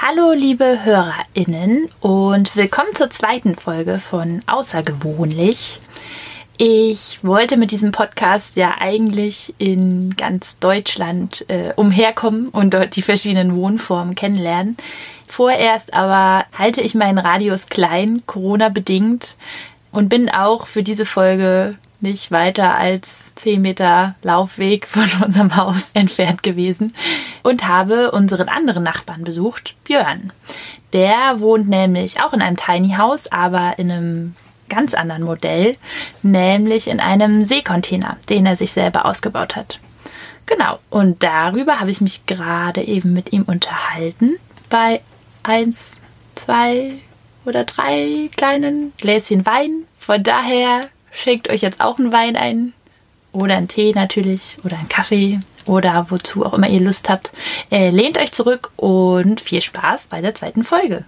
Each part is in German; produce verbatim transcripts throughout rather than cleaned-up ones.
Hallo liebe HörerInnen und willkommen zur zweiten Folge von Außergewöhnlich. Ich wollte mit diesem Podcast ja eigentlich in ganz Deutschland äh, umherkommen und dort die verschiedenen Wohnformen kennenlernen. Vorerst aber halte ich meinen Radius klein, Corona-bedingt, und bin auch für diese Folge nicht weiter als zehn Meter Laufweg von unserem Haus entfernt gewesen und habe unseren anderen Nachbarn besucht, Björn. Der wohnt nämlich auch in einem Tiny House, aber in einem ganz anderen Modell, nämlich in einem Seekontainer, den er sich selber ausgebaut hat. Genau, und darüber habe ich mich gerade eben mit ihm unterhalten, bei eins, zwei oder drei kleinen Gläschen Wein. Von daher schenkt euch jetzt auch einen Wein ein oder einen Tee natürlich oder einen Kaffee oder wozu auch immer ihr Lust habt. Äh, lehnt euch zurück und viel Spaß bei der zweiten Folge.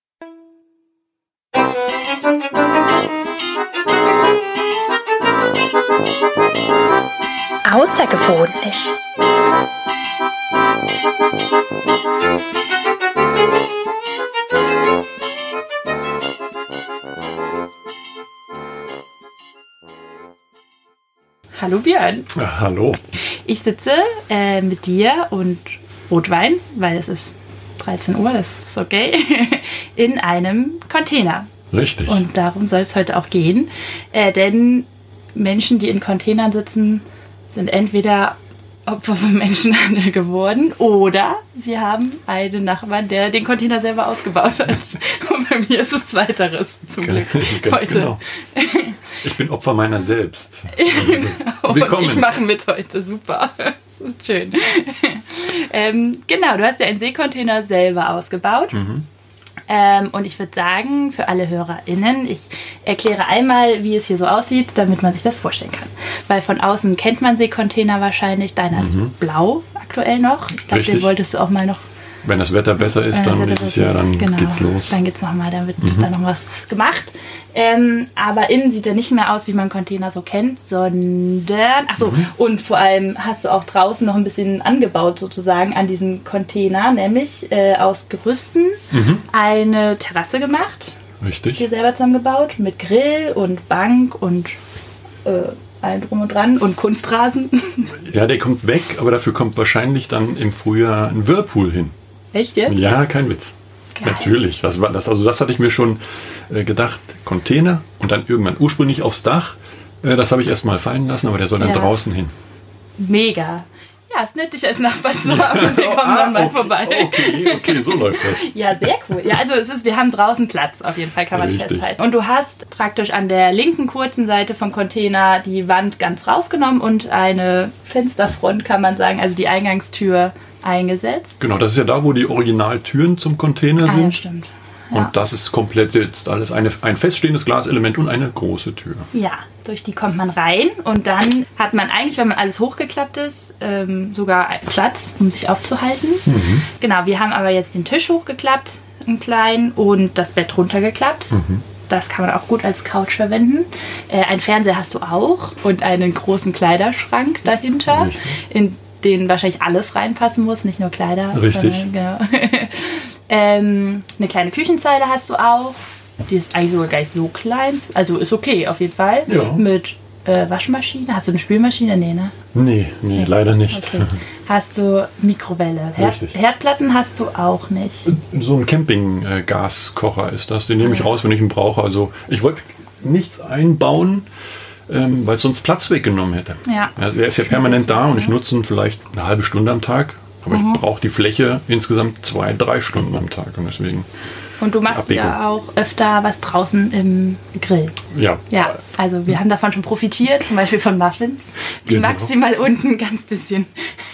Außergewöhnlich. Hallo Björn. Ja, hallo. Ich sitze äh, mit dir und Rotwein, weil es ist dreizehn Uhr, das ist okay, in einem Container. Richtig. Und darum soll es heute auch gehen. Äh, denn Menschen, die in Containern sitzen, sind entweder Opfer von Menschenhandel geworden oder sie haben einen Nachbarn, der den Container selber ausgebaut hat. Und bei mir ist es Zweiteres zum Glück Ganz heute. Genau. Ich bin Opfer meiner selbst. Also, und ich mache mit heute, super. Das ist schön. ähm, genau, du hast ja einen Seekontainer selber ausgebaut. Mhm. Ähm, und ich würde sagen, für alle HörerInnen, ich erkläre einmal, wie es hier so aussieht, damit man sich das vorstellen kann. Weil von außen kennt man Seekontainer wahrscheinlich. Deiner mhm. ist blau aktuell noch. Ich glaube, den wolltest du auch mal noch... Wenn das Wetter besser ist, dann dieses Jahr, dann genau, geht's los. Dann geht's nochmal, dann wird mhm. da noch was gemacht. Ähm, aber innen sieht er nicht mehr aus, wie man Container so kennt, sondern... Achso, mhm. und vor allem hast du auch draußen noch ein bisschen angebaut sozusagen an diesen Container, nämlich äh, aus Gerüsten mhm. eine Terrasse gemacht. Richtig. Hier selber zusammengebaut, mit Grill und Bank und... Äh, allen drum und dran und Kunstrasen. Ja, der kommt weg, aber dafür kommt wahrscheinlich dann im Frühjahr ein Whirlpool hin. Echt jetzt? Ja, kein Witz. Geil. Natürlich. Das war das, also das hatte ich mir schon äh, gedacht. Container und dann irgendwann ursprünglich aufs Dach. Äh, das habe ich erst mal fallen lassen, aber der soll dann ja. draußen hin. Mega. Ja, ist nett, dich als Nachbar zu haben. Wir kommen ah, dann mal okay, vorbei. Okay, okay, so läuft das. Ja, sehr cool. Ja, also es ist, wir haben draußen Platz, auf jeden Fall kann man Richtig. festhalten. Und du hast praktisch an der linken kurzen Seite vom Container die Wand ganz rausgenommen und eine Fensterfront, kann man sagen, also die Eingangstür eingesetzt. Genau, das ist ja da, wo die Originaltüren zum Container sind. Ah, ja, stimmt. Ja. Und das ist komplett jetzt alles eine, ein feststehendes Glaselement und eine große Tür. Ja, durch die kommt man rein und dann hat man eigentlich, wenn man alles hochgeklappt ist, ähm, sogar Platz, um sich aufzuhalten. Mhm. Genau, wir haben aber jetzt den Tisch hochgeklappt, einen kleinen, und das Bett runtergeklappt. Mhm. Das kann man auch gut als Couch verwenden. Äh, ein Fernseher hast du auch und einen großen Kleiderschrank dahinter, Richtig. in den wahrscheinlich alles reinpassen muss, nicht nur Kleider. Richtig. Sondern, genau. ähm, eine kleine Küchenzeile hast du auch. Die ist eigentlich sogar gar nicht so klein. Also ist okay, auf jeden Fall. Ja. Mit äh, Waschmaschine. Hast du eine Spülmaschine? Nee, ne? Nee, nee, nee. leider nicht. Okay. Hast du Mikrowelle? Herd, Herdplatten hast du auch nicht. So ein Campinggaskocher ist das. Den nehme ah, ich ja. raus, wenn ich ihn brauche. Also ich wollte nichts einbauen, ähm, weil es sonst Platz weggenommen hätte. Ja. Also er ist ja permanent da und ich nutze ihn vielleicht eine halbe Stunde am Tag. Aber mhm. ich brauche die Fläche insgesamt zwei, drei Stunden am Tag. Und deswegen... Und du machst Abwägung. ja auch öfter was draußen im Grill. Ja. Ja, also wir haben davon schon profitiert, zum Beispiel von Muffins, die genau. maximal unten ganz bisschen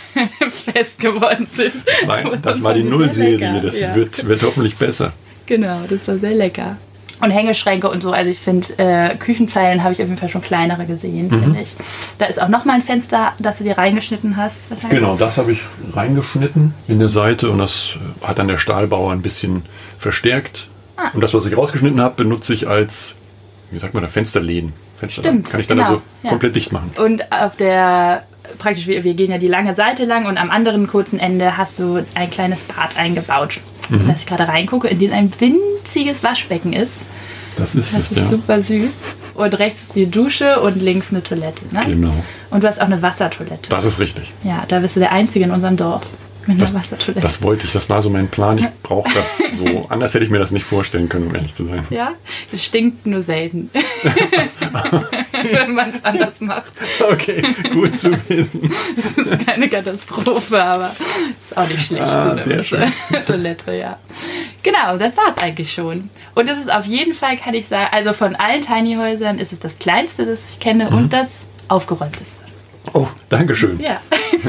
fest geworden sind. Nein, das war die Null-Serie, das ja. wird, wird hoffentlich besser. Genau, das war sehr lecker. Und Hängeschränke und so, also ich finde, äh, Küchenzeilen habe ich auf jeden Fall schon kleinere gesehen, mhm. finde ich. Da ist auch nochmal ein Fenster, das du dir reingeschnitten hast. Genau, das habe ich reingeschnitten in der Seite und das hat dann der Stahlbauer ein bisschen verstärkt. Ah. Und das, was ich rausgeschnitten habe, benutze ich als, wie sagt man da, Fensterläden. Fenster Stimmt, kann ich dann genau. also ja. komplett dicht machen. Und auf der, praktisch, wir, wir gehen ja die lange Seite lang und am anderen kurzen Ende hast du ein kleines Bad eingebaut. mhm. dass ich gerade reingucke, in dem ein winziges Waschbecken ist. Das ist das es, ist ja. super süß. Und rechts ist die Dusche und links eine Toilette. Ne? Genau. Und du hast auch eine Wassertoilette. Das ist richtig. Ja, da bist du der Einzige in unserem Dorf mit einer Das, Wassertoilette. das wollte ich, das war so mein Plan. Ich brauche das so. Anders hätte ich mir das nicht vorstellen können, um ehrlich zu sein. Ja, es stinkt nur selten. Wenn man es anders macht. Okay, gut zu wissen. Das ist keine Katastrophe, aber ist auch nicht schlecht. Ah, so sehr eine schön. Toilette, ja. Genau, das war es eigentlich schon. Und es ist auf jeden Fall, kann ich sagen, also von allen Tiny Häusern ist es das kleinste, das ich kenne, mhm. und das aufgeräumteste. Oh, danke schön. Ja.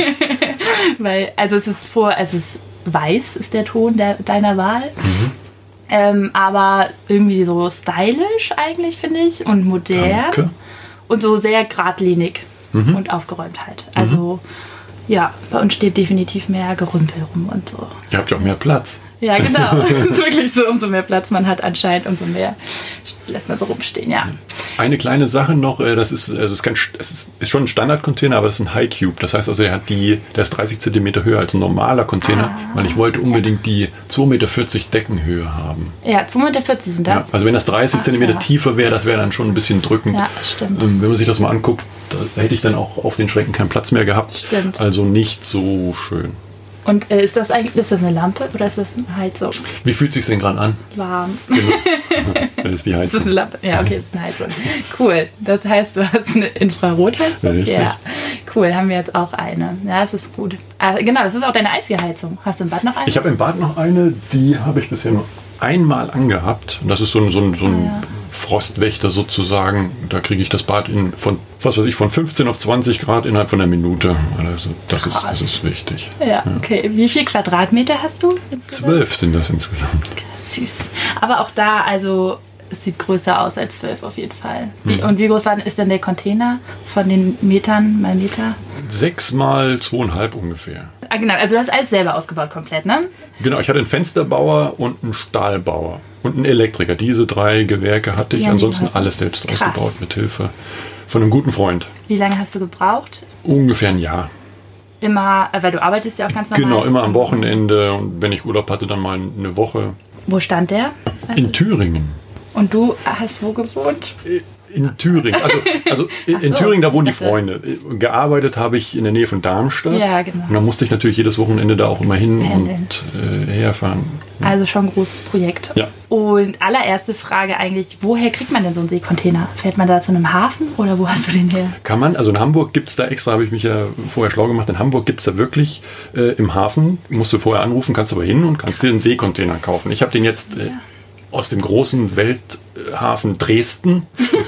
Weil, also es ist vor, es ist weiß, ist der Ton der, deiner Wahl. Mhm. Ähm, aber irgendwie so stylisch eigentlich, finde ich, und modern. Danke. Und so sehr geradlinig mhm. und aufgeräumt halt. Also, mhm. ja, bei uns steht definitiv mehr Gerümpel rum und so. Ihr habt ja auch mehr Platz. Ja, genau. Es ist wirklich so, umso mehr Platz man hat anscheinend, umso mehr lässt man so rumstehen, ja. Eine kleine Sache noch, das ist, also es, kann, es ist, ist schon ein Standard-Container, aber das ist ein High Cube. Das heißt also, der, hat die, der ist dreißig Zentimeter höher als ein normaler Container, ah. weil ich wollte unbedingt die zwei Meter vierzig Deckenhöhe haben. Ja, zwei Meter vierzig sind das. Ja, also wenn das dreißig Zentimeter tiefer wäre, das wäre dann schon ein bisschen drückend. Ja, stimmt. Ähm, wenn man sich das mal anguckt, da hätte ich dann auch auf den Schränken keinen Platz mehr gehabt. Stimmt. Also nicht so schön. Und äh, ist das eigentlich ist das eine Lampe oder ist das eine Heizung? Wie fühlt es sich denn gerade an? Warm. Genau. Das ist die Heizung. Ist das eine Lampe? Ja, okay, das ist eine Heizung. Cool. Das heißt, du hast eine Infrarotheizung? Ja, richtig. Ja. Cool, haben wir jetzt auch eine. Ja, das ist gut. Ah, genau, das ist auch deine einzige Heizung. Hast du im Bad noch eine? Ich habe im Bad noch eine, die habe ich bisher nur einmal angehabt. Und das ist so ein, so ein, so ein ah, ja. Frostwächter sozusagen. Da kriege ich das Bad in, von, was weiß ich, von fünfzehn auf zwanzig Grad innerhalb von einer Minute. Also das, ist, das ist wichtig. Ja, ja, okay. Wie viel Quadratmeter hast du? Zwölf sind das insgesamt. Süß. Aber auch da, also es sieht größer aus als zwölf auf jeden Fall. Wie, hm. Und wie groß war, ist denn der Container von den Metern mal Meter? Sechs mal zweieinhalb ungefähr. Ah, genau, also du hast alles selber ausgebaut komplett, ne? Genau, ich hatte einen Fensterbauer und einen Stahlbauer und einen Elektriker. Diese drei Gewerke hatte ich, ansonsten alles selbst Krass. ausgebaut mit Hilfe von einem guten Freund. Wie lange hast du gebraucht? Ungefähr ein Jahr. Immer, weil du arbeitest ja auch ganz normal. Genau, immer am Wochenende und wenn ich Urlaub hatte, dann mal eine Woche. Wo stand der? Also in Thüringen. Und du hast wo gewohnt? In Thüringen. Also, also in, so, in Thüringen, da wohnen die Freunde. Gearbeitet habe ich in der Nähe von Darmstadt. Ja, genau. Und da musste ich natürlich jedes Wochenende da auch immer hin Pendeln. und äh, herfahren. Also schon ein großes Projekt. Ja. Und allererste Frage eigentlich, woher kriegt man denn so einen Seekontainer? Fährt man da zu einem Hafen oder wo hast du den her? Kann man, also in Hamburg gibt es da extra, habe ich mich ja vorher schlau gemacht, in Hamburg gibt es da wirklich äh, im Hafen, musst du vorher anrufen, kannst aber hin und kannst dir einen Seekontainer kaufen. Ich habe den jetzt äh, aus dem großen Welthafen Dresden.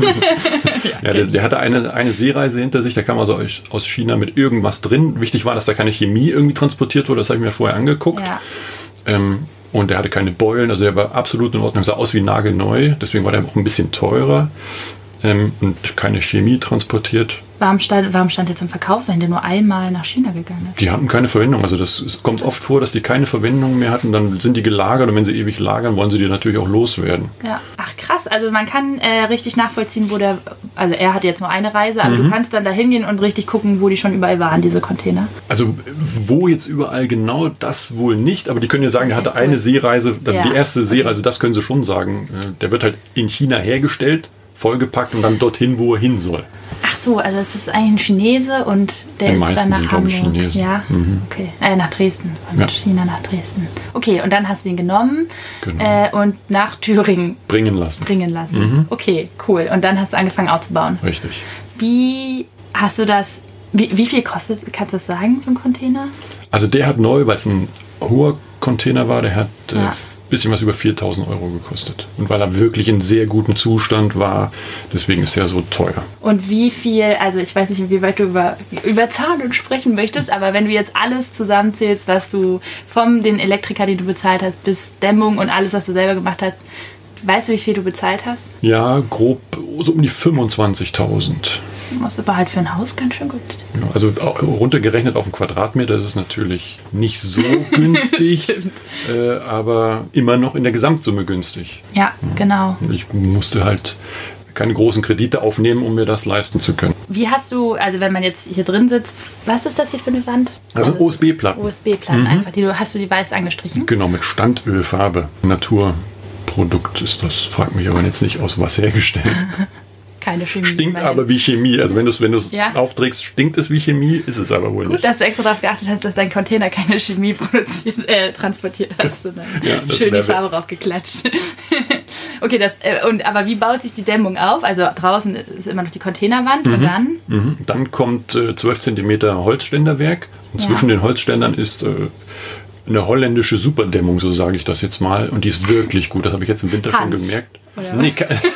ja, ja, der, der hatte eine, eine Seereise hinter sich, da kam also aus China mit irgendwas drin. Wichtig war, dass da keine Chemie irgendwie transportiert wurde, das habe ich mir vorher angeguckt. Ja. Ähm, und der hatte keine Beulen, also der war absolut in Ordnung, sah aus wie nagelneu, deswegen war der auch ein bisschen teurer ähm, und keine Chemie transportiert. Warum stand, warum stand der zum Verkauf, wenn der nur einmal nach China gegangen ist? Die hatten keine Verwendung. Also das es kommt oft vor, dass die keine Verwendung mehr hatten. Dann sind die gelagert und wenn sie ewig lagern, wollen sie die natürlich auch loswerden. Ja, ach krass. Also man kann äh, richtig nachvollziehen, wo der, also er hat jetzt nur eine Reise, aber mhm. du kannst dann da hingehen und richtig gucken, wo die schon überall waren, diese Container. Also wo jetzt überall genau, das wohl nicht. Aber die können ja sagen, er hatte eine Seereise, also ja. die erste Seereise, das können sie schon sagen. Der wird halt in China hergestellt, vollgepackt und dann dorthin, wo er hin soll. Ach so, also es ist eigentlich ein Chinese und der Die ist dann nach sind, Hamburg. Chinesen. Ja, mhm. okay. Äh, nach Dresden. Von ja. China nach Dresden. Okay, und dann hast du ihn genommen genau. äh, und nach Thüringen bringen lassen. Bringen lassen. Mhm. Okay, cool. Und dann hast du angefangen auszubauen. Richtig. Wie hast du das, wie, wie viel kostet, kannst du das sagen, so ein Container? Also der hat neu, weil es ein hoher Container war, der hat ja. äh, bisschen was über viertausend Euro gekostet. Und weil er wirklich in sehr gutem Zustand war, deswegen ist er so teuer. Und wie viel, also ich weiß nicht, wie weit du über, über Zahlen sprechen möchtest, aber wenn du jetzt alles zusammenzählst, was du vom den Elektriker, den du bezahlt hast, bis Dämmung und alles, was du selber gemacht hast, weißt du, wie viel du bezahlt hast? Ja, grob so um die fünfundzwanzigtausend. Das ist aber halt für ein Haus ganz schön günstig. Ja, also runtergerechnet auf einen Quadratmeter ist es natürlich nicht so günstig, äh, aber immer noch in der Gesamtsumme günstig. Ja, genau. Ich musste halt keine großen Kredite aufnehmen, um mir das leisten zu können. Wie hast du, also wenn man jetzt hier drin sitzt, was ist das hier für eine Wand? Also U S B-Platten. U S B-Platten mhm. einfach. Die du, hast du die weiß angestrichen? Genau, mit Standölfarbe. Naturprodukt ist das. Frag mich aber jetzt nicht, aus was hergestellt. Keine Chemie. Stinkt aber wie Chemie. Also wenn du es wenn ja. aufträgst, stinkt es wie Chemie, ist es aber wohl Gut, nicht. Gut, dass du extra darauf geachtet hast, dass dein Container keine Chemie produziert, äh, transportiert hast. Sondern ja, schön die Farbe draufgeklatscht. Okay, das, äh, und, aber wie baut sich die Dämmung auf? Also draußen ist immer noch die Containerwand mhm. und dann? Mhm. Dann kommt äh, zwölf Zentimeter Holzständerwerk. Und ja. zwischen den Holzständern ist... Äh, eine holländische Superdämmung, so sage ich das jetzt mal. Und die ist wirklich gut. Das habe ich jetzt im Winter Hand. schon gemerkt. Nee,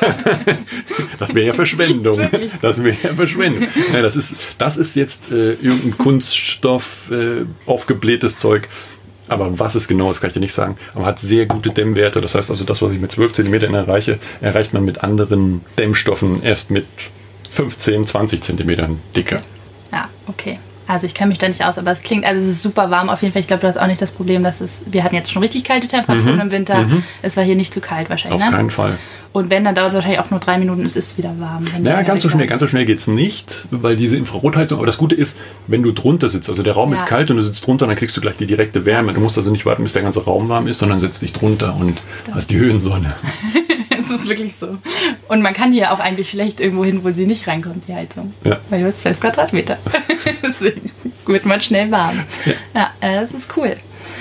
das wäre ja Verschwendung. Das wäre ja Verschwendung. Nein, das ist, das ist jetzt äh, irgendein Kunststoff, äh, aufgeblähtes Zeug. Aber was es genau ist, kann ich dir nicht sagen. Aber hat sehr gute Dämmwerte. Das heißt also, das, was ich mit zwölf Zentimetern erreiche, erreicht man mit anderen Dämmstoffen erst mit fünfzehn, zwanzig Zentimetern dicker. Ja, okay. Also ich kenne mich da nicht aus, aber es klingt, also es ist super warm auf jeden Fall. Ich glaube, du hast auch nicht das Problem, dass es, wir hatten jetzt schon richtig kalte Temperaturen mhm. im Winter. Mhm. Es war hier nicht zu kalt wahrscheinlich. Auf ne? keinen Fall. Und wenn, dann dauert es wahrscheinlich auch nur drei Minuten, es ist wieder warm. Naja, ganz so schnell, ganz so schnell geht es nicht, weil diese Infrarotheizung, aber das Gute ist, wenn du drunter sitzt, also der Raum ja. ist kalt und du sitzt drunter, dann kriegst du gleich die direkte Wärme. Du musst also nicht warten, bis der ganze Raum warm ist, sondern setzt dich drunter und das hast die Höhensonne. Es ist wirklich so. Und man kann hier auch eigentlich schlecht irgendwo hin, wo sie nicht reinkommt, die Heizung. Ja. Weil du hast zwölf Quadratmeter. Deswegen wird man schnell warm. Ja, ja, das ist cool.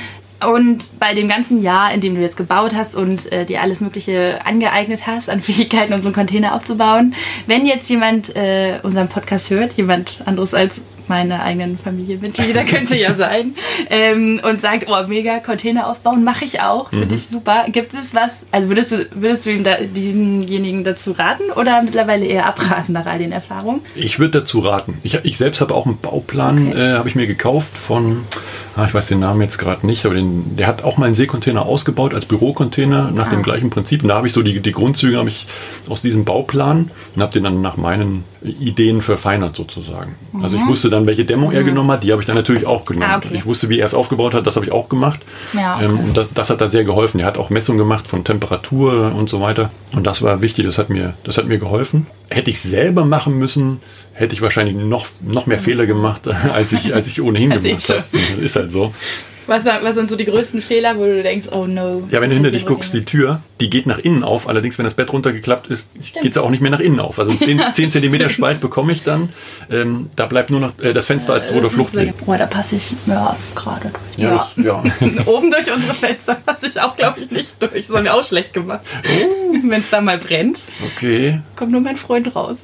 Und bei dem ganzen Jahr, in dem du jetzt gebaut hast und äh, dir alles Mögliche angeeignet hast, an Fähigkeiten, unseren Container aufzubauen, wenn jetzt jemand äh, unseren Podcast hört, jemand anderes als meine eigenen Familienmitglieder, könnte ja sein, ähm, und sagt, oh mega, Container ausbauen, mache ich auch, finde mhm. ich super. Gibt es was, also würdest du, würdest du ihm da, demjenigen dazu raten oder mittlerweile eher abraten nach all den Erfahrungen? Ich würde dazu raten. Ich, ich selbst habe auch einen Bauplan, okay. äh, habe ich mir gekauft von, ah, ich weiß den Namen jetzt gerade nicht, aber den, der hat auch mal einen Seekontainer ausgebaut als Bürocontainer nach ah. dem gleichen Prinzip. Und da habe ich so die, die Grundzüge habe ich aus diesem Bauplan und habe den dann nach meinen Ideen verfeinert sozusagen. Mhm. Also ich wusste dann, welche Dämmung mhm. er genommen hat, die habe ich dann natürlich auch genommen. Ah, okay. Ich wusste, wie er es aufgebaut hat, das habe ich auch gemacht. Ja, okay. ähm, und das, das hat da sehr geholfen. Er hat auch Messungen gemacht von Temperatur und so weiter. Und das war wichtig, das hat mir, das hat mir geholfen. Hätte ich selber machen müssen, hätte ich wahrscheinlich noch, noch mehr mhm. Fehler gemacht, als ich, als ich ohnehin gemacht habe. Das ist halt so. Was, was sind so die größten Fehler, wo du denkst, oh no. Ja, wenn du hinter dich guckst, die Tür, die geht nach innen auf. Allerdings, wenn das Bett runtergeklappt ist, geht es auch nicht mehr nach innen auf. Also zehn Zentimeter Spalt bekomme ich dann. Ähm, da bleibt nur noch äh, das Fenster als roter Fluchtweg. Boah, da passe ich ja, gerade durch. Ja, ja. Das, ja. Oben durch unsere Fenster passe ich auch, glaube ich, nicht durch. Das haben wir auch schlecht gemacht. Oh. Wenn es da mal brennt, okay. kommt nur mein Freund raus.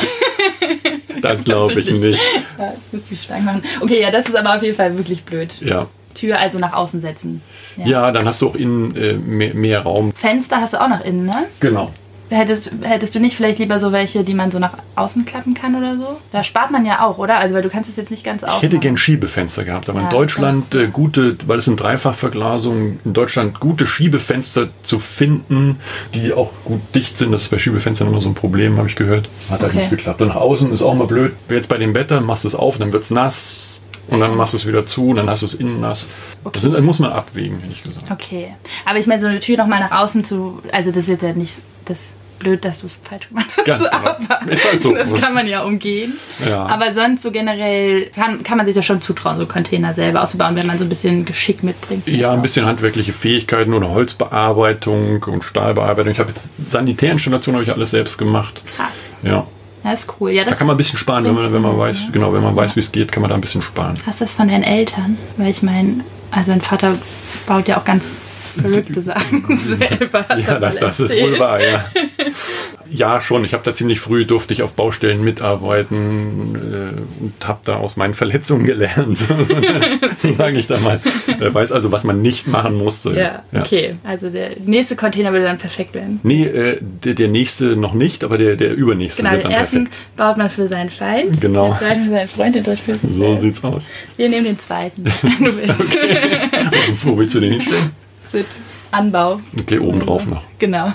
Das glaube ich nicht. nicht. Ja, das muss ich stark machen. Okay, ja, das ist aber auf jeden Fall wirklich blöd. Ja. Tür also nach außen setzen. Ja, ja, dann hast du auch innen äh, mehr, mehr Raum. Fenster hast du auch nach innen, ne? Genau. Hättest, hättest du nicht vielleicht lieber so welche, die man so nach außen klappen kann oder so? Da spart man ja auch, oder? Also, weil du kannst es jetzt nicht ganz aufmachen. Ich hätte gern Schiebefenster gehabt, aber ja, in Deutschland äh, gute, weil es sind Dreifachverglasungen, in Deutschland gute Schiebefenster zu finden, die auch gut dicht sind. Das ist bei Schiebefenstern immer so ein Problem, habe ich gehört. Hat halt okay. nicht geklappt. Und nach außen ist auch mal blöd. Jetzt bei dem Wetter machst du es auf, dann wird es nass. Und dann machst du es wieder zu, und dann hast du es innen nass. Okay. Das, das muss man abwägen, hätte ich gesagt. Okay. Aber ich meine, so eine Tür nochmal nach außen zu, also das ist jetzt ja nicht das blöd, dass du es falsch gemacht hast. Ganz genau. Aber ist halt so. Das kann man ja umgehen. Ja. Aber sonst so generell kann, kann man sich das schon zutrauen, so Container selber auszubauen, wenn man so ein bisschen Geschick mitbringt. Ja, ein bisschen handwerkliche Fähigkeiten oder Holzbearbeitung und Stahlbearbeitung. Ich habe jetzt Sanitärinstallationen, habe ich alles selbst gemacht. Krass. Ja. Das ist cool. Ja, das da kann man ein bisschen sparen, wenn man, wenn man weiß, ja. genau, wenn man weiß, wie es geht, kann man da ein bisschen sparen. Hast du das von deinen Eltern? Weil ich meine, also dein Vater baut ja auch ganz verrückte Sachen selber. Ja, das, das ist wohl wahr, ja. Ja, schon. Ich habe da ziemlich früh, durfte ich auf Baustellen mitarbeiten äh, und habe da aus meinen Verletzungen gelernt. So sage ich da mal. Wer weiß also, was man nicht machen musste. Ja, ja, okay. Also der nächste Container würde dann perfekt werden. Nee, äh, der, der nächste noch nicht, aber der, der übernächste genau, wird dann perfekt. Genau, den ersten baut man für seinen Feind. Genau. Den zweiten für seinen Freund, den dritten für sich So selbst. Sieht's aus. Wir nehmen den zweiten, wenn du willst. Okay. Wo willst du den hinstellen? Es wird Anbau. Okay, oben drauf noch. Genau.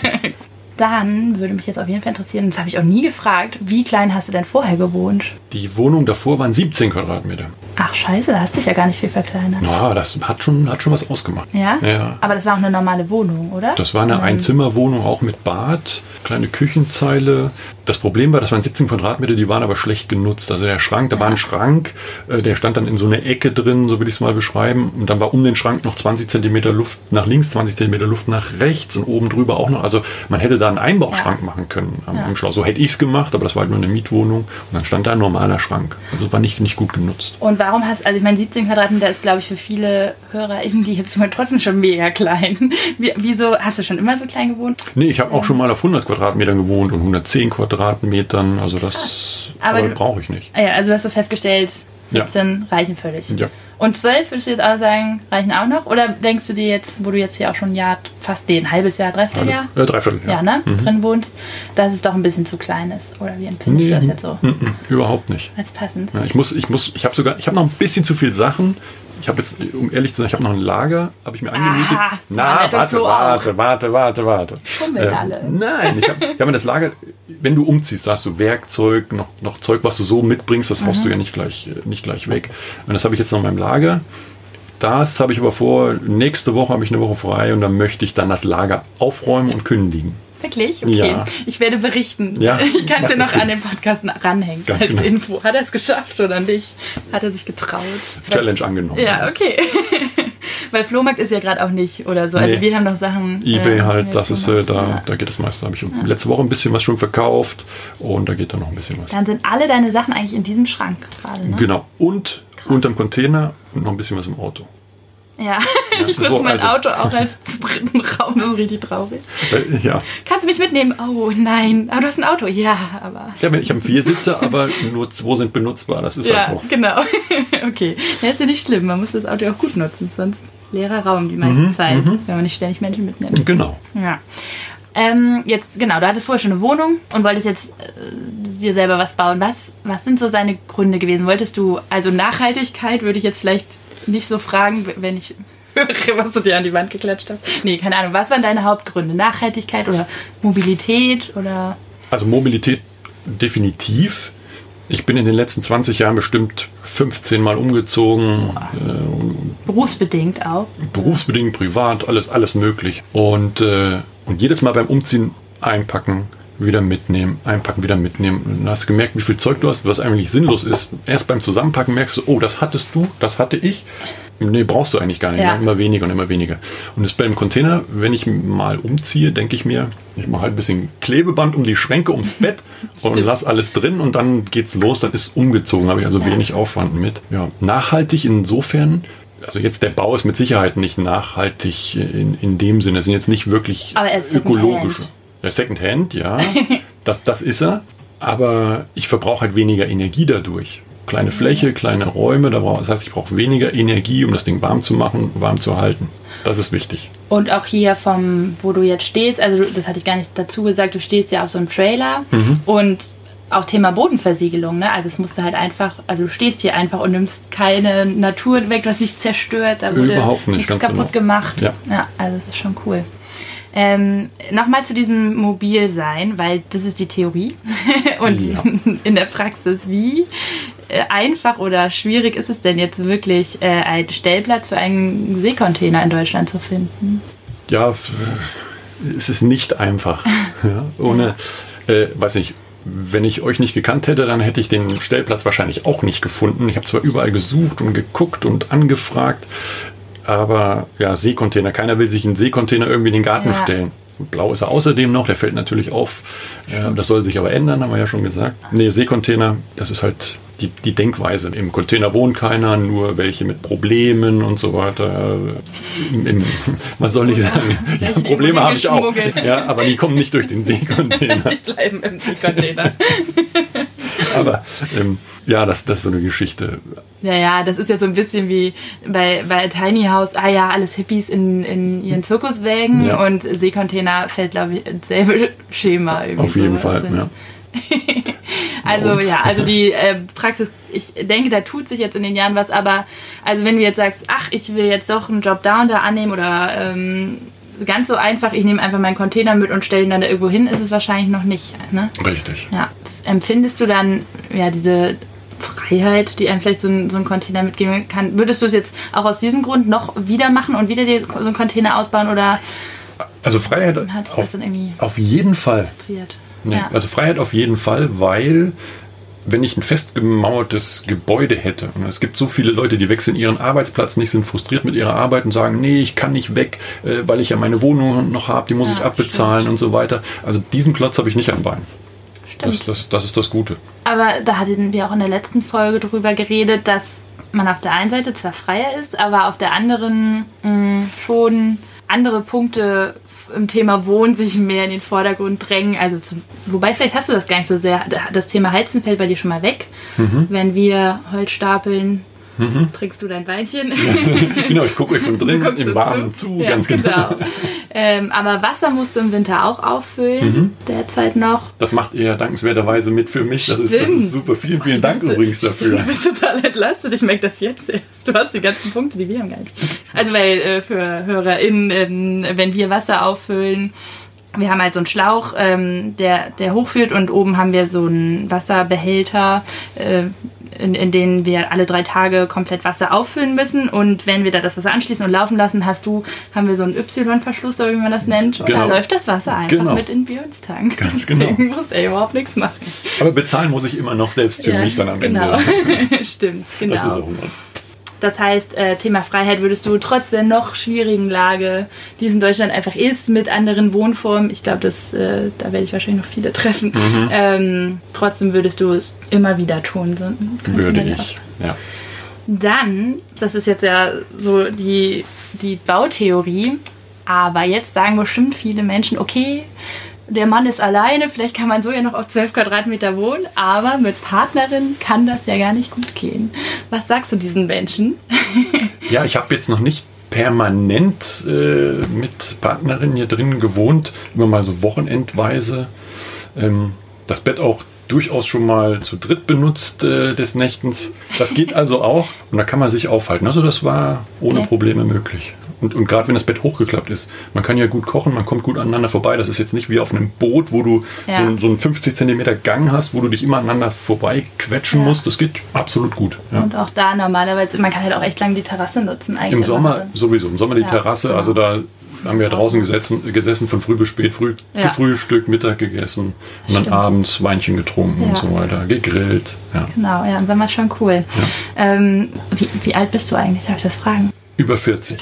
Dann würde mich jetzt auf jeden Fall interessieren, das habe ich auch nie gefragt, wie klein hast du denn vorher gewohnt? Die Wohnung davor waren siebzehn Quadratmeter. Ach Ach scheiße, da hast du dich ja gar nicht viel verkleinert. Ja, das hat schon, hat schon was ausgemacht. Ja? Ja. Aber das war auch eine normale Wohnung, oder? Das war eine ähm. Einzimmerwohnung, auch mit Bad, kleine Küchenzeile. Das Problem war, das waren siebzehn Quadratmeter, die waren aber schlecht genutzt. Also der Schrank, da ja. war ein Schrank, der stand dann in so einer Ecke drin, so will ich es mal beschreiben. Und dann war um den Schrank noch zwanzig Zentimeter Luft nach links, zwanzig Zentimeter Luft nach rechts und oben drüber auch noch. Also man hätte da einen Einbauschrank ja. machen können am, ja. im Schloss. So hätte ich es gemacht, aber das war halt nur eine Mietwohnung. Und dann stand da ein normaler Schrank. Also war nicht, nicht gut genutzt. Und warum hast, also ich meine, siebzehn Quadratmeter ist, glaube ich, für viele HörerInnen, die jetzt mal trotzdem schon mega klein. Wie, wieso, hast du schon immer so klein gewohnt? Nee, ich habe auch schon mal auf hundert Quadratmetern gewohnt und hundertzehn Quadratmetern. Also das, aber aber das brauche ich nicht. Ja, also hast du festgestellt, siebzehn ja. reichen völlig. Ja. Und zwölf würdest du jetzt auch sagen, reichen auch noch? Oder denkst du dir jetzt, wo du jetzt hier auch schon ein Jahr, fast nee, ein halbes Jahr, dreiviertel Jahr? Äh, dreiviertel, ja. Ja, ne? Mhm. Drin wohnst, dass es doch ein bisschen zu klein ist? Oder wie empfindest nee, du das jetzt so? M -m, überhaupt nicht. Als passend? Ja, ich muss, ich muss, ich habe sogar, ich habe noch ein bisschen zu viel Sachen. Ich habe jetzt, um ehrlich zu sein, ich habe noch ein Lager, habe ich mir angemietet. Aha, Na, warte, warte, warte, warte, warte. Schummeln äh, alle. Nein, ich habe hab mir das Lager, wenn du umziehst, da hast du Werkzeug, noch, noch Zeug, was du so mitbringst, das mhm. haust du ja nicht gleich, nicht gleich weg. Und das habe ich jetzt noch in meinem Lager. Das habe ich aber vor, nächste Woche habe ich eine Woche frei und dann möchte ich dann das Lager aufräumen und kündigen. Wirklich? Okay. Ja. Ich werde berichten. Ja. Ich kann es ja noch an den Podcast ranhängen Ganz als genau. Info. Hat er es geschafft oder nicht? Hat er sich getraut? Challenge Weil, angenommen. Ja, okay. Weil Flohmarkt ist ja gerade auch nicht oder so. Also nee. wir haben noch Sachen. eBay äh, halt, das ist äh, da, ja. da geht das meiste. Da habe ich ja. letzte Woche ein bisschen was schon verkauft und da geht dann noch ein bisschen was. Dann sind alle deine Sachen eigentlich in diesem Schrank gerade, ne? Genau. Und Krass. unterm Container und noch ein bisschen was im Auto. Ja, ja ich nutze so, mein also. Auto auch als dritten Raum, das ist richtig traurig. Äh, ja. Kannst du mich mitnehmen? Oh nein, aber du hast ein Auto. Ja, aber... Ja, ich habe vier Sitze, aber nur zwei sind benutzbar, das ist ja, halt so. genau. Okay, ja, ist ja nicht schlimm, man muss das Auto auch gut nutzen, sonst leerer Raum die meiste mhm, Zeit, mhm. wenn man nicht ständig Menschen mitnimmt. Genau. Ja. Ähm, jetzt, genau, du hattest vorher schon eine Wohnung und wolltest jetzt äh, dir selber was bauen. Was, was sind so seine Gründe gewesen? Wolltest du, also Nachhaltigkeit würde ich jetzt vielleicht nicht so fragen, wenn ich höre, was du dir an die Wand geklatscht hast. Nee, keine Ahnung. Was waren deine Hauptgründe? Nachhaltigkeit oder Mobilität oder? Also Mobilität definitiv. Ich bin in den letzten zwanzig Jahren bestimmt fünfzehn Mal umgezogen. Äh, Berufsbedingt auch? Berufsbedingt, privat, alles, alles möglich. Und, äh, und jedes Mal beim Umziehen einpacken, wieder mitnehmen, einpacken, wieder mitnehmen. Und dann hast du gemerkt, wie viel Zeug du hast, was eigentlich sinnlos ist. Erst beim Zusammenpacken merkst du, oh, das hattest du, das hatte ich. Nee, brauchst du eigentlich gar nicht. Ja. Immer weniger und immer weniger. Und das beim Container, wenn ich mal umziehe, denke ich mir, ich mache halt ein bisschen Klebeband um die Schränke, ums Bett und lass alles drin und dann geht's los, dann ist umgezogen. Habe ich also ja. wenig Aufwand mit. Ja, nachhaltig insofern, also jetzt der Bau ist mit Sicherheit nicht nachhaltig in, in dem Sinne. Es sind jetzt nicht wirklich aber er ist ökologische. Ja, Secondhand, ja. das, das ist er. Aber ich verbrauche halt weniger Energie dadurch. Kleine Fläche, kleine Räume, das heißt, ich brauche weniger Energie, um das Ding warm zu machen, warm zu halten. Das ist wichtig. Und auch hier vom, wo du jetzt stehst, also das hatte ich gar nicht dazu gesagt, du stehst ja auf so einem Trailer mhm. und auch Thema Bodenversiegelung, ne? Also es musste halt einfach, also du stehst hier einfach und nimmst keine Natur weg, du hast nichts zerstört, da wurde Überhaupt nicht, nichts kaputt genau. gemacht. Ja. ja, also das ist schon cool. Ähm, Nochmal zu diesem Mobilsein, weil das ist die Theorie und ja. in der Praxis, wie äh, einfach oder schwierig ist es denn jetzt wirklich, äh, einen Stellplatz für einen Seekontainer in Deutschland zu finden? Ja, es ist nicht einfach. Ja, ohne, äh, weiß nicht, wenn ich euch nicht gekannt hätte, dann hätte ich den Stellplatz wahrscheinlich auch nicht gefunden. Ich habe zwar überall gesucht und geguckt und angefragt, aber ja, Seekontainer. Keiner will sich einen Seekontainer irgendwie in den Garten ja. stellen. Blau ist er außerdem noch, der fällt natürlich auf. Äh, das soll sich aber ändern, haben wir ja schon gesagt. Nee, Seekontainer, das ist halt die, die Denkweise. Im Container wohnt keiner, nur welche mit Problemen und so weiter. Im, im, man soll nicht sagen, ja, Probleme habe ich auch. Ja, aber die kommen nicht durch den Seekontainer. Die bleiben im Seekontainer. Aber ähm, ja, das, das ist so eine Geschichte. Ja, ja, das ist ja so ein bisschen wie bei, bei Tiny House, ah ja, alles Hippies in, in ihren Zirkuswägen ja. und Seekontainer fällt, glaube ich, ins selbe Schema. Irgendwie Auf jeden so, Fall, ja. Also ja, also die äh, Praxis, ich denke, da tut sich jetzt in den Jahren was, aber also wenn du jetzt sagst, ach, ich will jetzt doch einen Job da und da annehmen oder ähm, ganz so einfach, ich nehme einfach meinen Container mit und stelle ihn dann da irgendwo hin, ist es wahrscheinlich noch nicht. Ne? Richtig. Ja. Empfindest du dann ja diese Freiheit, die einem vielleicht so ein, so ein Container mitgeben kann. Würdest du es jetzt auch aus diesem Grund noch wieder machen und wieder dir so einen Container ausbauen oder also Freiheit hat dich das auf, dann irgendwie auf jeden Fall. frustriert? Nee, Ja. Also Freiheit auf jeden Fall, weil wenn ich ein festgemauertes Gebäude hätte und es gibt so viele Leute, die wechseln ihren Arbeitsplatz nicht, sind frustriert mit ihrer Arbeit und sagen, nee, ich kann nicht weg, äh, weil ich ja meine Wohnung noch habe, die muss Ja, ich abbezahlen stimmt. und so weiter. Also diesen Klotz habe ich nicht am Bein. Stimmt. Das, das, das ist das Gute. Aber da hatten wir auch in der letzten Folge drüber geredet, dass man auf der einen Seite zwar freier ist, aber auf der anderen mh, schon andere Punkte im Thema Wohnen sich mehr in den Vordergrund drängen. Also zum, wobei, vielleicht hast du das gar nicht so sehr. Das Thema Heizen fällt bei dir schon mal weg. Mhm. Wenn wir Holz stapeln, Mhm. trinkst du dein Weinchen. Genau, ich gucke euch von Du drinnen guckst im uns Warmen zu, Ja, ganz genau. ähm, aber Wasser musst du im Winter auch auffüllen, Mhm. derzeit noch. Das macht ihr dankenswerterweise mit für mich. Das ist, das Stimmt. ist super. Vielen, vielen Dank Bist du- übrigens dafür. Stimmt, du bist total entlastet. Ich merke das jetzt erst. Du hast die ganzen Punkte, die wir haben gar nicht. Also weil äh, für HörerInnen, ähm, wenn wir Wasser auffüllen, wir haben halt so einen Schlauch, ähm, der, der hochführt und oben haben wir so einen Wasserbehälter, äh, in, in denen wir alle drei Tage komplett Wasser auffüllen müssen. Und wenn wir da das Wasser anschließen und laufen lassen, hast du, haben wir so einen Y-Verschluss, oder wie man das nennt. Und Genau. da läuft das Wasser einfach Genau. mit in Björns Tank. Ganz genau. Deswegen muss er überhaupt nichts machen. Aber bezahlen muss ich immer noch selbst für mich dann am genau. Ende. Stimmt, genau. Das ist auch immer. Das heißt, äh, Thema Freiheit würdest du trotz der noch schwierigen Lage, die es in Deutschland einfach ist, mit anderen Wohnformen, ich glaube, das, äh, da werde ich wahrscheinlich noch viele treffen, Mhm. ähm, trotzdem würdest du es immer wieder tun. So, könnte Würde man ja ich. auch- Ja. Dann, das ist jetzt ja so die, die Bautheorie, aber jetzt sagen bestimmt viele Menschen, okay, der Mann ist alleine, vielleicht kann man so ja noch auf zwölf Quadratmeter wohnen, aber mit Partnerin kann das ja gar nicht gut gehen. Was sagst du diesen Menschen? Ja, ich habe jetzt noch nicht permanent äh, mit Partnerin hier drin gewohnt, immer mal so wochenendweise. Ähm, das Bett auch durchaus schon mal zu dritt benutzt äh, des Nächtens. Das geht also auch und da kann man sich aufhalten. Also das war ohne Okay. Probleme möglich. Und, und gerade wenn das Bett hochgeklappt ist, man kann ja gut kochen, man kommt gut aneinander vorbei. Das ist jetzt nicht wie auf einem Boot, wo du Ja. so, so einen fünfzig Zentimeter Gang hast, wo du dich immer aneinander vorbei quetschen Ja. musst. Das geht absolut gut. Ja. Und auch da normalerweise, man kann halt auch echt lang die Terrasse nutzen eigentlich. Im Sommer drin. sowieso, im Sommer die Ja, Terrasse, genau. also da haben wir draußen gesessen, gesessen von früh bis spät, früh Ja. gefrühstückt, Mittag gegessen und dann Stimmt. abends Weinchen getrunken Ja. und so weiter, gegrillt. Ja. Genau, ja, im Sommer schon cool. Ähm, wie, wie alt bist du eigentlich? Darf ich das fragen? Über vierzig.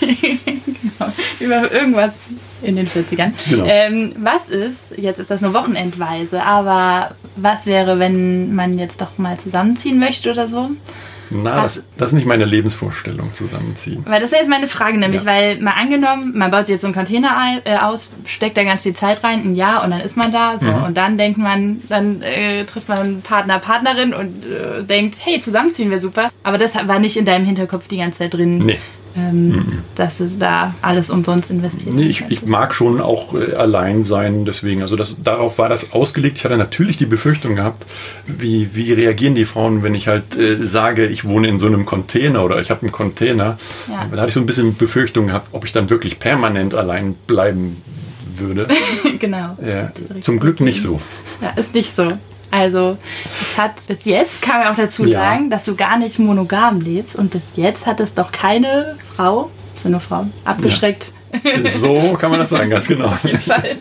Über irgendwas in den vierzigern. Genau. Ähm, was ist, jetzt ist das nur wochenendweise, aber was wäre, wenn man jetzt doch mal zusammenziehen möchte oder so? Na, das, das ist nicht meine Lebensvorstellung, zusammenziehen. Weil das wäre jetzt meine Frage, nämlich, Ja. weil mal angenommen, man baut sich jetzt so einen Container ein, äh, aus, steckt da ganz viel Zeit rein, ein Jahr und dann ist man da. So, Mhm. Und dann denkt man, dann äh, trifft man einen Partner, Partnerin und äh, denkt, hey, zusammenziehen wäre super. Aber das war nicht in deinem Hinterkopf die ganze Zeit drin. Nee. Ähm, dass es da alles umsonst investiert Nee, ich, ich mag schon auch äh, allein sein, deswegen. Also das, darauf war das ausgelegt. Ich hatte natürlich die Befürchtung gehabt, wie, wie reagieren die Frauen, wenn ich halt äh, sage, ich wohne in so einem Container oder ich habe einen Container. Ja. Da hatte ich so ein bisschen Befürchtung gehabt, ob ich dann wirklich permanent allein bleiben würde. Genau. Ja, Das ist richtig zum Glück nicht so. Ja, ist nicht so. Also, es hat bis jetzt, kann man auch dazu Ja. sagen, dass du gar nicht monogam lebst und bis jetzt hat es doch keine Frau, das sind nur Frauen, abgeschreckt. So kann man das sagen, ganz genau. Auf jeden Fall.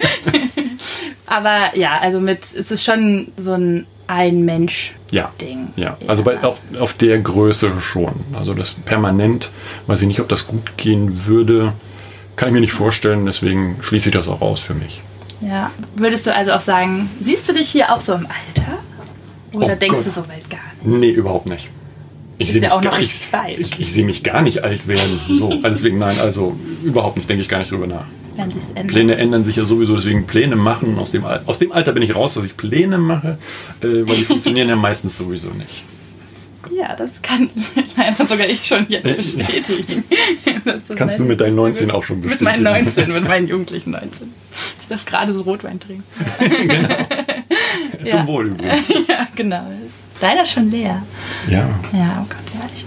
Aber ja, also mit, es ist schon so ein Ein-Mensch-Ding. Ja, ja. Also bei, auf, auf der Größe schon. Also das permanent, weiß ich nicht, ob das gut gehen würde, kann ich mir nicht vorstellen, deswegen schließe ich das auch aus für mich. Ja. Würdest du also auch sagen, siehst du dich hier auch so im Alter? Oder Oh denkst Gott. du so weit gar nicht? Nee, überhaupt nicht. Ich Ist sehe ja mich, auch noch gar- richtig ich, weit. ich, ich sehe mich gar nicht alt werden. So, also deswegen nein, also überhaupt nicht, denke ich gar nicht drüber nach. Wenn sich's ändert. Pläne ändern sich ja sowieso, deswegen Pläne machen. Aus dem, Al- aus dem Alter bin ich raus, dass ich Pläne mache, äh, weil die funktionieren ja meistens sowieso nicht. Ja, das kann leider sogar ich schon jetzt Äh, bestätigen. Das ist Kannst du mein- mit deinen neunzehn auch schon Mit bestätigen. meinen neunzehn, mit meinen jugendlichen neunzehn. Ich darf gerade so Rotwein trinken. Genau. Ja. Zum Wohl übrigens. Ja, genau. Deiner ist schon leer. Ja. Ja, oh Gott, ja, echt.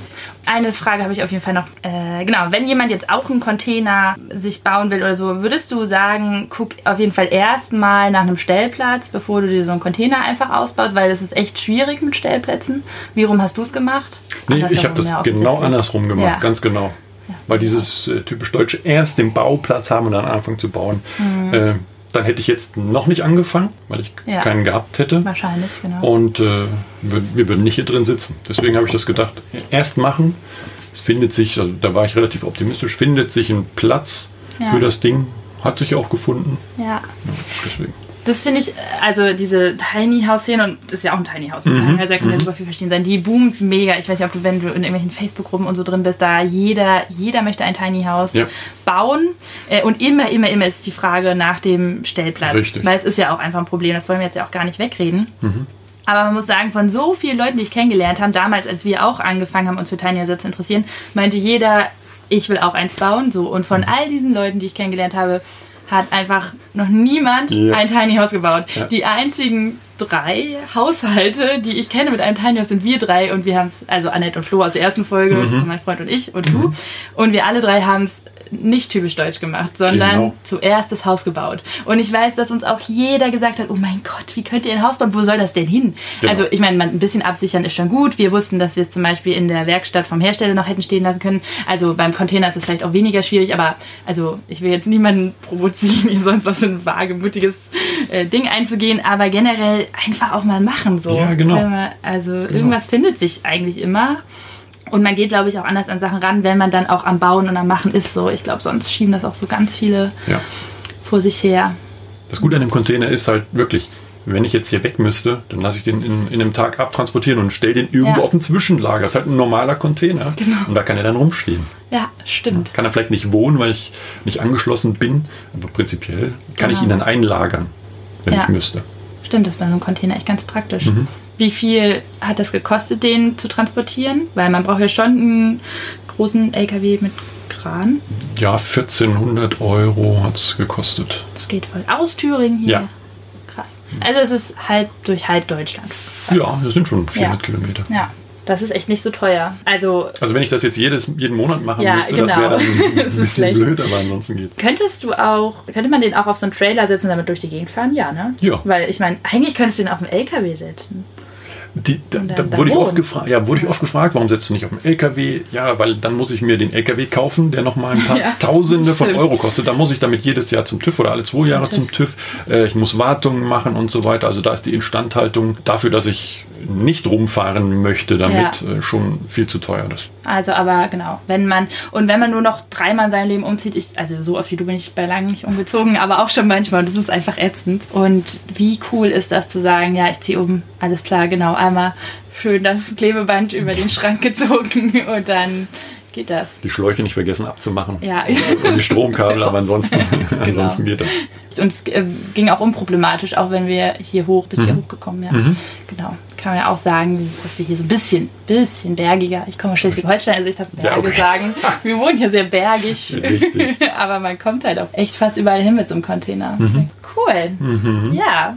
eine Frage habe ich auf jeden Fall noch. Äh, genau, wenn jemand jetzt auch einen Container sich bauen will oder so, würdest du sagen, guck auf jeden Fall erstmal nach einem Stellplatz, bevor du dir so einen Container einfach ausbaust, weil das ist echt schwierig mit Stellplätzen. Wie rum hast du es gemacht? Nee, ich habe das ja, genau andersrum gemacht, ja. ganz genau. Ja, weil dieses äh, typisch Deutsche erst den Bauplatz haben und dann anfangen zu bauen. Mhm. Äh, dann hätte ich jetzt noch nicht angefangen, weil ich ja. keinen gehabt hätte. Wahrscheinlich, genau. Und äh, wir, wir würden nicht hier drin sitzen. Deswegen habe ich das gedacht, erst machen. Es findet sich, also da war ich relativ optimistisch, findet sich ein Platz ja. für das Ding. Hat sich auch gefunden. Ja. ja deswegen. Das finde ich, also diese Tiny House-Szene, und das ist ja auch ein Tiny House, mhm. Tiny House, da können ja super viel verschieden sein, die boomt mega. Ich weiß nicht, ob du, wenn du in irgendwelchen Facebook-Gruppen und so drin bist, da jeder, jeder möchte ein Tiny House ja. bauen. Und immer, immer, immer ist die Frage nach dem Stellplatz. Richtig. Weil es ist ja auch einfach ein Problem, das wollen wir jetzt ja auch gar nicht wegreden. Mhm. Aber man muss sagen, von so vielen Leuten, die ich kennengelernt habe, damals, als wir auch angefangen haben, uns für Tiny House zu interessieren, meinte jeder, ich will auch eins bauen. So. Und von all diesen Leuten, die ich kennengelernt habe, hat einfach noch niemand ja. ein Tiny House gebaut. Ja. Die einzigen drei Haushalte, die ich kenne mit einem Tiny House, sind wir drei. Und wir haben es, also Annette und Flo aus der ersten Folge, mhm. mein Freund und ich und mhm. du. Und wir alle drei haben es nicht typisch deutsch gemacht, sondern genau. zuerst das Haus gebaut. Und ich weiß, dass uns auch jeder gesagt hat, oh mein Gott, wie könnt ihr ein Haus bauen? Wo soll das denn hin? Genau. Also ich meine, ein bisschen absichern ist schon gut. Wir wussten, dass wir es zum Beispiel in der Werkstatt vom Hersteller noch hätten stehen lassen können. Also beim Container ist es vielleicht auch weniger schwierig, aber also ich will jetzt niemanden provozieren, hier sonst was für ein wagemutiges äh, Ding einzugehen, aber generell einfach auch mal machen. So. Ja, genau. Man, also genau. irgendwas findet sich eigentlich immer. Und man geht, glaube ich, auch anders an Sachen ran, wenn man dann auch am Bauen und am Machen ist. So, ich glaube, sonst schieben das auch so ganz viele ja. vor sich her. Das Gute an dem Container ist halt wirklich, wenn ich jetzt hier weg müsste, dann lasse ich den in, in einem Tag abtransportieren und stelle den irgendwo ja. auf ein Zwischenlager. Das ist halt ein normaler Container. Genau. Und da kann er dann rumstehen. Ja, stimmt. Kann er vielleicht nicht wohnen, weil ich nicht angeschlossen bin. Aber prinzipiell kann genau. ich ihn dann einlagern, wenn ja. ich müsste. Stimmt, das war so ein Container echt ganz praktisch. Mhm. Wie viel hat das gekostet, den zu transportieren? Weil man braucht ja schon einen großen L K W mit Kran. Ja, vierzehnhundert Euro hat es gekostet. Das geht voll. Aus Thüringen hier. Ja. Krass. Also es ist halb durch halb Deutschland. Fast. Ja, das sind schon vierhundert ja. Kilometer. Ja. Das ist echt nicht so teuer. Also, also wenn ich das jetzt jedes, jeden Monat machen ja, müsste, genau. das wäre dann ein das bisschen schlecht. blöd, aber ansonsten geht's. Könntest du auch, könnte man den auch auf so einen Trailer setzen und damit durch die Gegend fahren? Ja, ne? Ja. Weil ich meine, eigentlich könntest du den auf einen L K W setzen. Die, da, da wurde, ich oft gefra- ja, wurde ich oft gefragt, warum setzt du nicht auf den L K W? Ja, weil dann muss ich mir den L K W kaufen, der nochmal ein paar ja, Tausende von Euro kostet. Da muss ich damit jedes Jahr zum TÜV oder alle zwei Jahre zum TÜV. Äh, ich muss Wartungen machen und so weiter. Also da ist die Instandhaltung dafür, dass ich nicht rumfahren möchte damit, ja. äh, schon viel zu teuer. Das. Also aber genau, wenn man, und wenn man nur noch dreimal in seinem Leben umzieht, ich, also so oft wie du bin ich bei langem nicht umgezogen, aber auch schon manchmal, das ist einfach ätzend. Und wie cool ist das zu sagen, ja, ich ziehe um, alles klar, genau, einmal schön das Klebeband über den Schrank gezogen und dann geht das. Die Schläuche nicht vergessen abzumachen. Ja. Und die Stromkabel, aber ansonsten, genau. ansonsten geht das. Und es äh, ging auch unproblematisch, auch wenn wir hier hoch, bis mhm. hier hochgekommen, ja. Mhm. Genau. Kann man ja auch sagen, dass wir hier so ein bisschen, bisschen bergiger, ich komme aus Schleswig-Holstein, also ich darf Berge ja, okay. sagen. Wir wohnen hier sehr bergig. Richtig. Aber man kommt halt auch echt fast überall hin mit so einem Container. Mhm. Cool. Mhm. Ja.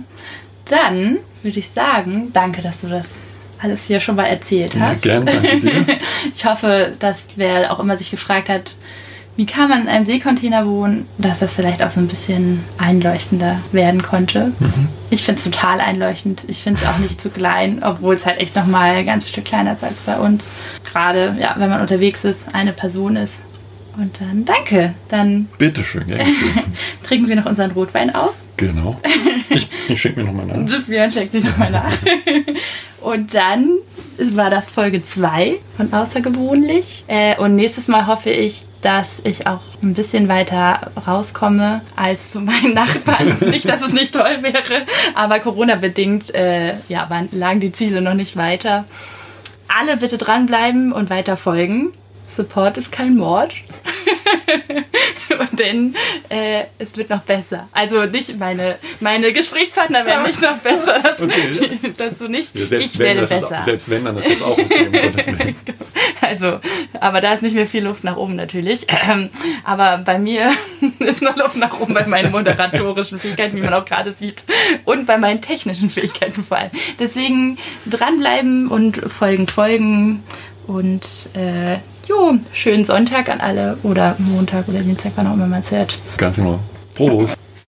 Dann würde ich sagen, danke, dass du das alles hier schon mal erzählt hast. Ja, gerne, danke dir. Ich hoffe, dass wer auch immer sich gefragt hat, wie kann man in einem Seekontainer wohnen, dass das vielleicht auch so ein bisschen einleuchtender werden konnte. Mhm. Ich finde es total einleuchtend. Ich finde es auch nicht zu klein, obwohl es halt echt nochmal ein ganzes Stück kleiner ist als bei uns. Gerade, ja, wenn man unterwegs ist, eine Person ist. Und dann danke. Dann bitteschön, ja. trinken wir noch unseren Rotwein aus. Genau. Ich, ich schenke mir nochmal nach. Das Björn schenkt sich nochmal nach. Und dann war das Folge zwei von Außergewöhnlich. Äh, und nächstes Mal hoffe ich, dass ich auch ein bisschen weiter rauskomme als zu meinen Nachbarn. Nicht, dass es nicht toll wäre, aber Corona-bedingt äh, ja, waren, lagen die Ziele noch nicht weiter. Alle bitte dranbleiben und weiter folgen. Support ist kein Mord. Denn äh, es wird noch besser. Also nicht meine, meine Gesprächspartner werden nicht noch besser. Dass, okay. dass du nicht. Ja, selbst ich wenn, werde das besser. Ist, selbst wenn, dann ist das auch okay. Also, aber da ist nicht mehr viel Luft nach oben natürlich. Ähm, aber bei mir ist noch Luft nach oben bei meinen moderatorischen Fähigkeiten, wie man auch gerade sieht. Und bei meinen technischen Fähigkeiten vor allem. Deswegen dranbleiben und folgen, folgen. Und äh, jo, schönen Sonntag an alle oder Montag oder Dienstag, wann auch immer man es hört. Ganz genau. Prost!